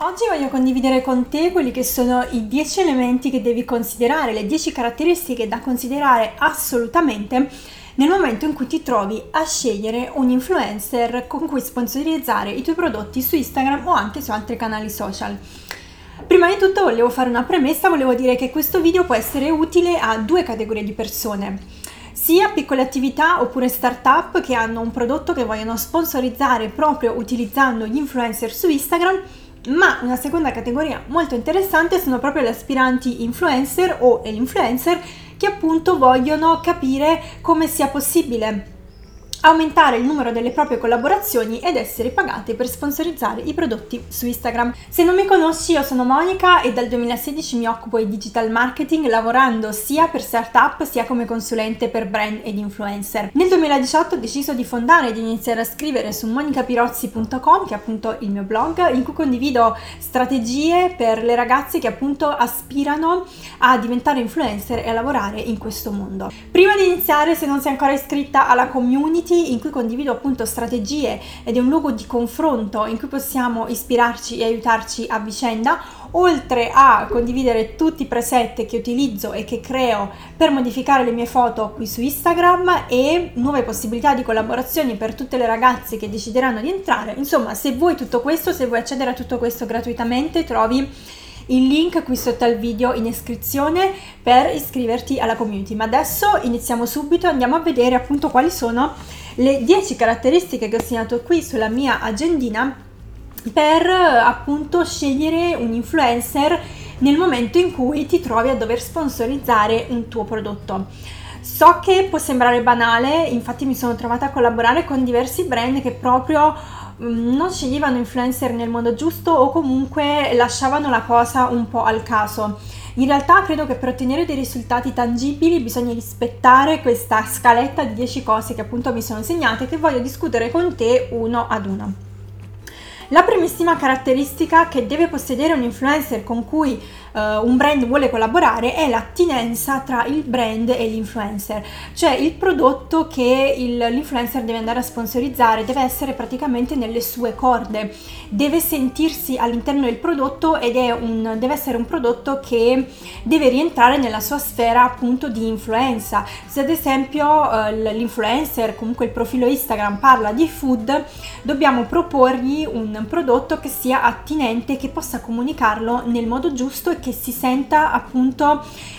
Oggi voglio condividere con te quelli che sono i 10 elementi che devi considerare, le 10 caratteristiche da considerare assolutamente nel momento in cui ti trovi a scegliere un influencer con cui sponsorizzare i tuoi prodotti su Instagram o anche su altri canali social. Prima di tutto volevo fare una premessa, volevo dire che questo video può essere utile a due categorie di persone. Sia piccole attività oppure start-up che hanno un prodotto che vogliono sponsorizzare proprio utilizzando gli influencer su Instagram, ma una seconda categoria molto interessante sono proprio gli aspiranti influencer o l'influencer che appunto vogliono capire come sia possibile aumentare il numero delle proprie collaborazioni ed essere pagate per sponsorizzare i prodotti su Instagram. Se non mi conosci, io sono Monica e dal 2016 mi occupo di digital marketing lavorando sia per startup sia come consulente per brand ed influencer. Nel 2018 ho deciso di fondare e di iniziare a scrivere su monicapirozzi.com, che è appunto il mio blog, in cui condivido strategie per le ragazze che appunto aspirano a diventare influencer e a lavorare in questo mondo. Prima di iniziare, se non sei ancora iscritta alla community in cui condivido appunto strategie ed è un luogo di confronto in cui possiamo ispirarci e aiutarci a vicenda, oltre a condividere tutti i preset che utilizzo e che creo per modificare le mie foto qui su Instagram e nuove possibilità di collaborazioni per tutte le ragazze che decideranno di entrare. Insomma, se vuoi tutto questo, se vuoi accedere a tutto questo gratuitamente, trovi il link qui sotto al video in descrizione per iscriverti alla community. Ma adesso iniziamo subito, andiamo a vedere appunto quali sono le 10 caratteristiche che ho segnato qui sulla mia agendina per appunto scegliere un influencer nel momento in cui ti trovi a dover sponsorizzare un tuo prodotto. So che può sembrare banale, infatti mi sono trovata a collaborare con diversi brand che proprio non sceglievano influencer nel modo giusto o comunque lasciavano la cosa un po' al caso. In realtà credo che per ottenere dei risultati tangibili bisogna rispettare questa scaletta di 10 cose che appunto mi sono segnate e che voglio discutere con te uno ad uno. La primissima caratteristica che deve possedere un influencer con cui un brand vuole collaborare è l'attinenza tra il brand e l'influencer, cioè il prodotto che l'influencer deve andare a sponsorizzare deve essere praticamente nelle sue corde, deve sentirsi all'interno del prodotto ed deve essere un prodotto che deve rientrare nella sua sfera appunto di influenza. Se ad esempio l'influencer, comunque il profilo Instagram parla di food, dobbiamo proporgli un prodotto che sia attinente, che possa comunicarlo nel modo giusto e che si senta appunto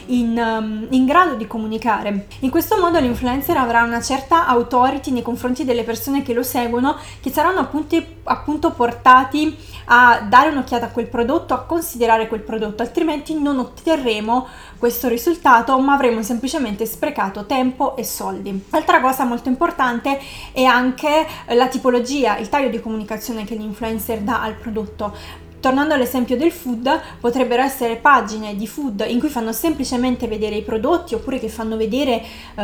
in grado di comunicare. In questo modo l'influencer avrà una certa authority nei confronti delle persone che lo seguono, che saranno appunto portati a dare un'occhiata a quel prodotto, a considerare quel prodotto, altrimenti non otterremo questo risultato, ma avremo semplicemente sprecato tempo e soldi. Altra cosa molto importante è anche la tipologia, il taglio di comunicazione che l'influencer dà al prodotto. Tornando all'esempio del food, potrebbero essere pagine di food in cui fanno semplicemente vedere i prodotti, oppure che fanno vedere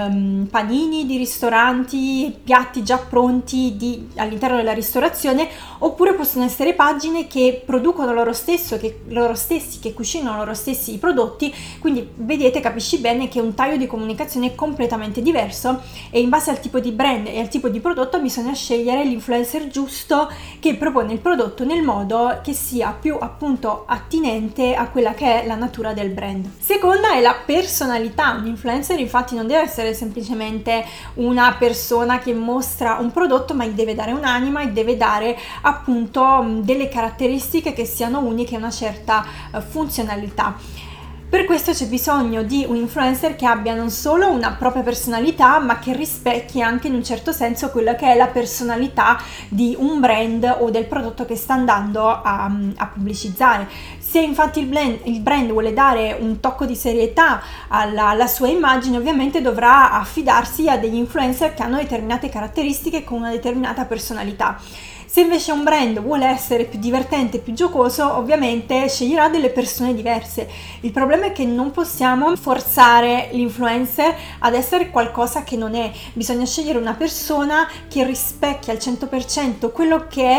panini di ristoranti, piatti già pronti all'interno della ristorazione, oppure possono essere pagine che producono loro stessi, che cucinano loro stessi i prodotti. Quindi vedete, capisci bene che un taglio di comunicazione è completamente diverso e in base al tipo di brand e al tipo di prodotto bisogna scegliere l'influencer giusto che propone il prodotto nel modo che sia più appunto attinente a quella che è la natura del brand. Seconda è la personalità. Un influencer infatti non deve essere semplicemente una persona che mostra un prodotto, ma gli deve dare un'anima e deve dare appunto delle caratteristiche che siano uniche e una certa funzionalità. Per questo c'è bisogno di un influencer che abbia non solo una propria personalità, ma che rispecchi anche in un certo senso quella che è la personalità di un brand o del prodotto che sta andando a pubblicizzare. Se infatti il brand vuole dare un tocco di serietà alla sua immagine, ovviamente dovrà affidarsi a degli influencer che hanno determinate caratteristiche con una determinata personalità. Se invece un brand vuole essere più divertente, più giocoso, ovviamente sceglierà delle persone diverse. Il problema è che non possiamo forzare l'influencer ad essere qualcosa che non è. Bisogna scegliere una persona che rispecchia al 100% quello che è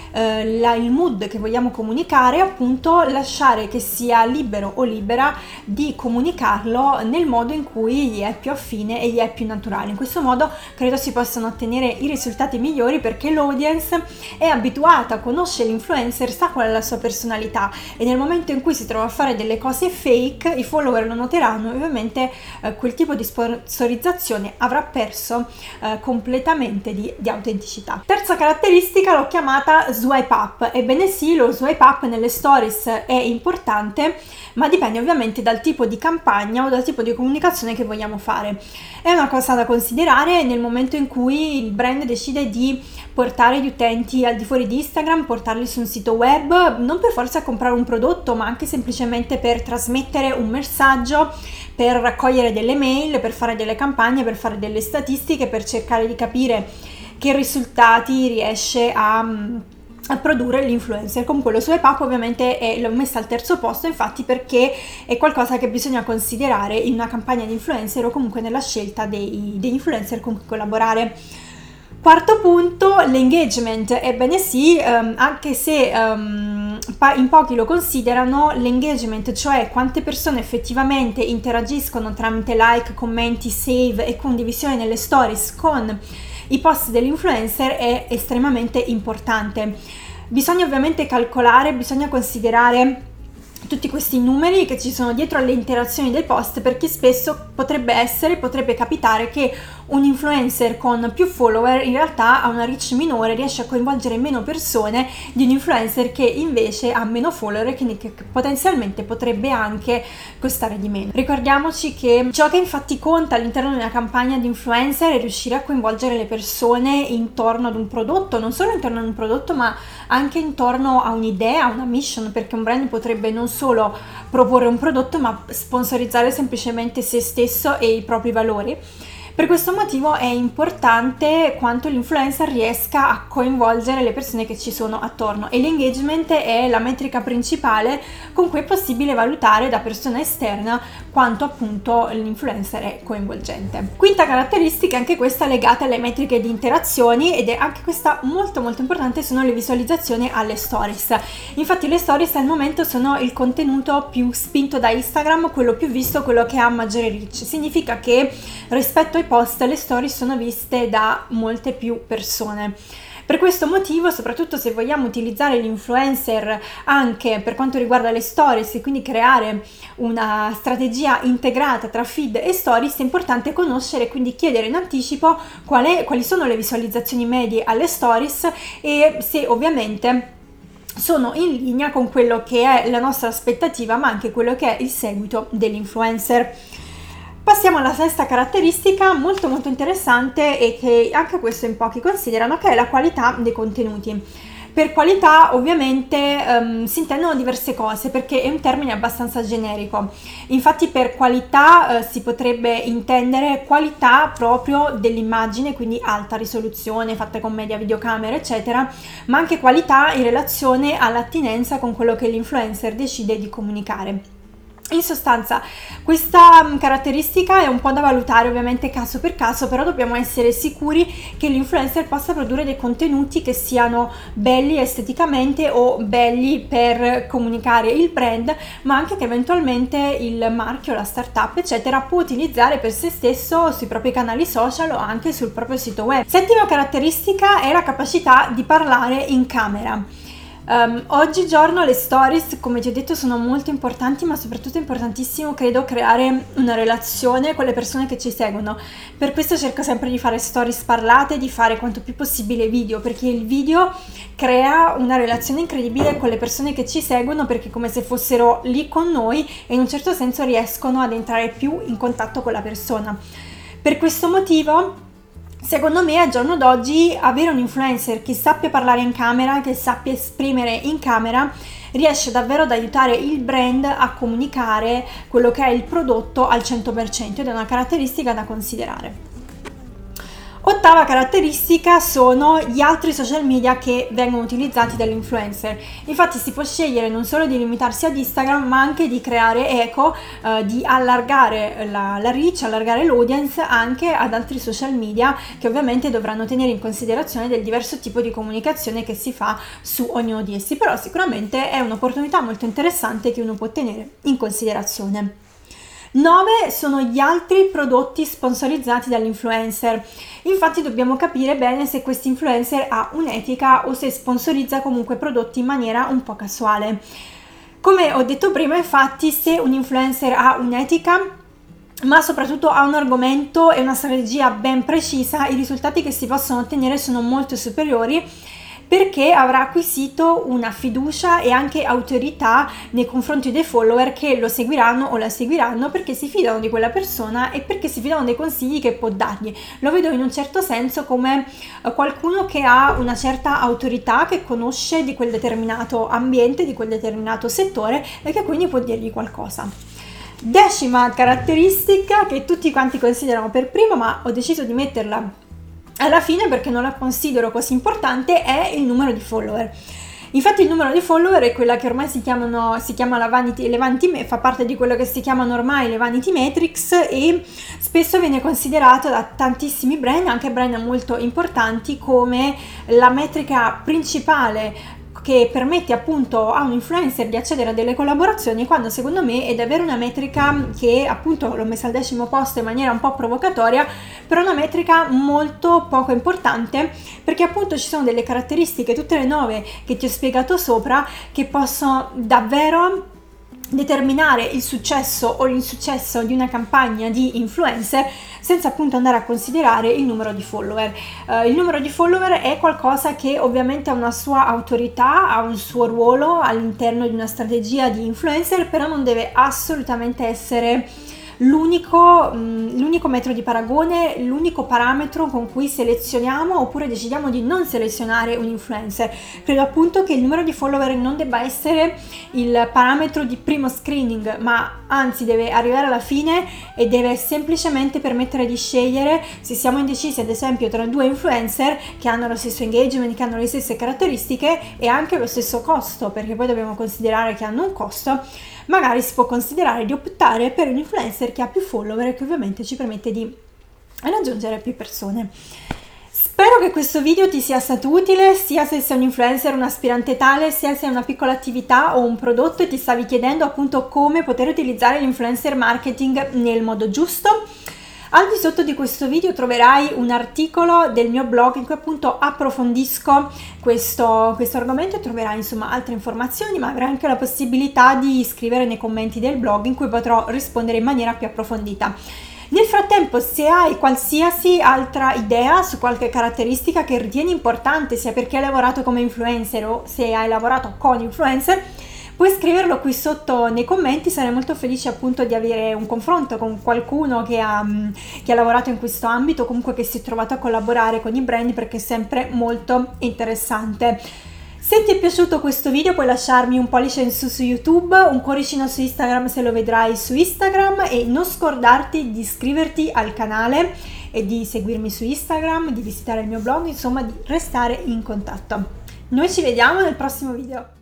il mood che vogliamo comunicare, appunto lasciare che sia libero o libera di comunicarlo nel modo in cui gli è più affine e gli è più naturale. In questo modo credo si possano ottenere i risultati migliori, perché l'audience è abituata, conosce l'influencer, sa qual è la sua personalità, e nel momento in cui si trova a fare delle cose fake i follower lo noteranno, e ovviamente quel tipo di sponsorizzazione avrà perso completamente di autenticità. Terza caratteristica l'ho chiamata swipe up. Ebbene sì, lo swipe up nelle stories è importante, ma dipende ovviamente dal tipo di campagna o dal tipo di comunicazione che vogliamo fare. È una cosa da considerare nel momento in cui il brand decide di portare gli utenti al di fuori di Instagram, portarli su un sito web, non per forza comprare un prodotto, ma anche semplicemente per trasmettere un messaggio, per raccogliere delle mail, per fare delle campagne, per fare delle statistiche, per cercare di capire che risultati riesce a produrre l'influencer. Comunque lo swipe up ovviamente l'ho messa al terzo posto, infatti, perché è qualcosa che bisogna considerare in una campagna di influencer o comunque nella scelta degli influencer con cui collaborare. Quarto punto, l'engagement. Ebbene sì, anche se in pochi lo considerano, l'engagement, cioè quante persone effettivamente interagiscono tramite like, commenti, save e condivisione nelle stories con i post dell'influencer, è estremamente importante. Bisogna ovviamente calcolare, bisogna considerare tutti questi numeri che ci sono dietro alle interazioni del post, perché spesso potrebbe capitare che un influencer con più follower in realtà ha una reach minore, riesce a coinvolgere meno persone di un influencer che invece ha meno follower, quindi che potenzialmente potrebbe anche costare di meno. Ricordiamoci che ciò che infatti conta all'interno di una campagna di influencer è riuscire a coinvolgere le persone intorno ad un prodotto, non solo intorno ad un prodotto, ma anche intorno a un'idea, a una mission, perché un brand potrebbe non solo proporre un prodotto, ma sponsorizzare semplicemente se stesso e i propri valori. Per questo motivo è importante quanto l'influencer riesca a coinvolgere le persone che ci sono attorno, e l'engagement è la metrica principale con cui è possibile valutare da persona esterna quanto appunto l'influencer è coinvolgente. Quinta caratteristica, anche questa legata alle metriche di interazioni, ed è anche questa molto molto importante, sono le visualizzazioni alle stories. Infatti le stories al momento sono il contenuto più spinto da Instagram, quello più visto, quello che ha maggiore reach. Significa che rispetto ai post le stories sono viste da molte più persone. Per questo motivo, soprattutto se vogliamo utilizzare l'influencer anche per quanto riguarda le stories e quindi creare una strategia integrata tra feed e stories, è importante conoscere, quindi chiedere in anticipo quali sono le visualizzazioni medie alle stories e se ovviamente sono in linea con quello che è la nostra aspettativa, ma anche quello che è il seguito dell'influencer. Passiamo alla sesta caratteristica molto molto interessante, e che anche questo in pochi considerano, che è la qualità dei contenuti. Per qualità ovviamente si intendono diverse cose, perché è un termine abbastanza generico. Infatti per qualità si potrebbe intendere qualità proprio dell'immagine, quindi alta risoluzione, fatta con media videocamera eccetera, ma anche qualità in relazione all'attinenza con quello che l'influencer decide di comunicare. In sostanza, questa caratteristica è un po' da valutare ovviamente caso per caso, però dobbiamo essere sicuri che l'influencer possa produrre dei contenuti che siano belli esteticamente o belli per comunicare il brand, ma anche che eventualmente il marchio, la startup eccetera può utilizzare per se stesso sui propri canali social o anche sul proprio sito web. Settima caratteristica è la capacità di parlare in camera. Oggigiorno le stories, come ti ho detto, sono molto importanti, ma soprattutto è importantissimo, credo, creare una relazione con le persone che ci seguono. Per questo cerco sempre di fare stories parlate, di fare quanto più possibile video, perché il video crea una relazione incredibile con le persone che ci seguono, perché è come se fossero lì con noi e in un certo senso riescono ad entrare più in contatto con la persona. Per questo motivo, secondo me, al giorno d'oggi, avere un influencer che sappia parlare in camera, che sappia esprimere in camera, riesce davvero ad aiutare il brand a comunicare quello che è il prodotto al 100%, ed è una caratteristica da considerare. Ottava caratteristica sono gli altri social media che vengono utilizzati dall'influencer. Infatti si può scegliere non solo di limitarsi ad Instagram, ma anche di creare eco, di allargare la reach, allargare l'audience anche ad altri social media, che ovviamente dovranno tenere in considerazione del diverso tipo di comunicazione che si fa su ognuno di essi, però sicuramente è un'opportunità molto interessante che uno può tenere in considerazione. 9 sono gli altri prodotti sponsorizzati dall'influencer. Infatti dobbiamo capire bene se questo influencer ha un'etica o se sponsorizza comunque prodotti in maniera un po' casuale. Come ho detto prima, infatti, se un influencer ha un'etica, ma soprattutto ha un argomento e una strategia ben precisa, i risultati che si possono ottenere sono molto superiori, perché avrà acquisito una fiducia e anche autorità nei confronti dei follower che lo seguiranno o la seguiranno, perché si fidano di quella persona e perché si fidano dei consigli che può dargli. Lo vedo in un certo senso come qualcuno che ha una certa autorità, che conosce di quel determinato ambiente, di quel determinato settore, e che quindi può dirgli qualcosa. 10ª caratteristica, che tutti quanti considerano per prima, ma ho deciso di metterla alla fine perché non la considero così importante, è il numero di follower. Infatti il numero di follower è quella che ormai si chiama fa parte di quello che si chiamano ormai le vanity metrics, e spesso viene considerato da tantissimi brand, anche brand molto importanti, come la metrica principale che permette appunto a un influencer di accedere a delle collaborazioni, quando secondo me è davvero una metrica che appunto l'ho messa al 10° posto in maniera un po' provocatoria, però una metrica molto poco importante, perché appunto ci sono delle caratteristiche, tutte le 9 che ti ho spiegato sopra, che possono davvero determinare il successo o l'insuccesso di una campagna di influencer, senza appunto andare a considerare il numero di follower. Il numero di follower è qualcosa che ovviamente ha una sua autorità, ha un suo ruolo all'interno di una strategia di influencer, però non deve assolutamente essere l'unico metro di paragone, l'unico parametro con cui selezioniamo oppure decidiamo di non selezionare un influencer. Credo appunto che il numero di follower non debba essere il parametro di primo screening, ma anzi deve arrivare alla fine e deve semplicemente permettere di scegliere, se siamo indecisi ad esempio tra 2 influencer che hanno lo stesso engagement, che hanno le stesse caratteristiche e anche lo stesso costo, perché poi dobbiamo considerare che hanno un costo. Magari si può considerare di optare per un influencer che ha più follower e che ovviamente ci permette di raggiungere più persone. Spero che questo video ti sia stato utile, sia se sei un influencer, un aspirante tale, sia se hai una piccola attività o un prodotto e ti stavi chiedendo appunto come poter utilizzare l'influencer marketing nel modo giusto. Al di sotto di questo video troverai un articolo del mio blog in cui appunto approfondisco questo argomento, e troverai insomma altre informazioni, ma avrai anche la possibilità di scrivere nei commenti del blog in cui potrò rispondere in maniera più approfondita. Nel frattempo, se hai qualsiasi altra idea su qualche caratteristica che ritieni importante, sia perché hai lavorato come influencer o se hai lavorato con influencer, puoi scriverlo qui sotto nei commenti. Sarei molto felice appunto di avere un confronto con qualcuno che ha lavorato in questo ambito, comunque che si è trovato a collaborare con i brand, perché è sempre molto interessante. Se ti è piaciuto questo video puoi lasciarmi un pollice in su YouTube, un cuoricino su Instagram se lo vedrai su Instagram, e non scordarti di iscriverti al canale e di seguirmi su Instagram, di visitare il mio blog, insomma di restare in contatto. Noi ci vediamo nel prossimo video.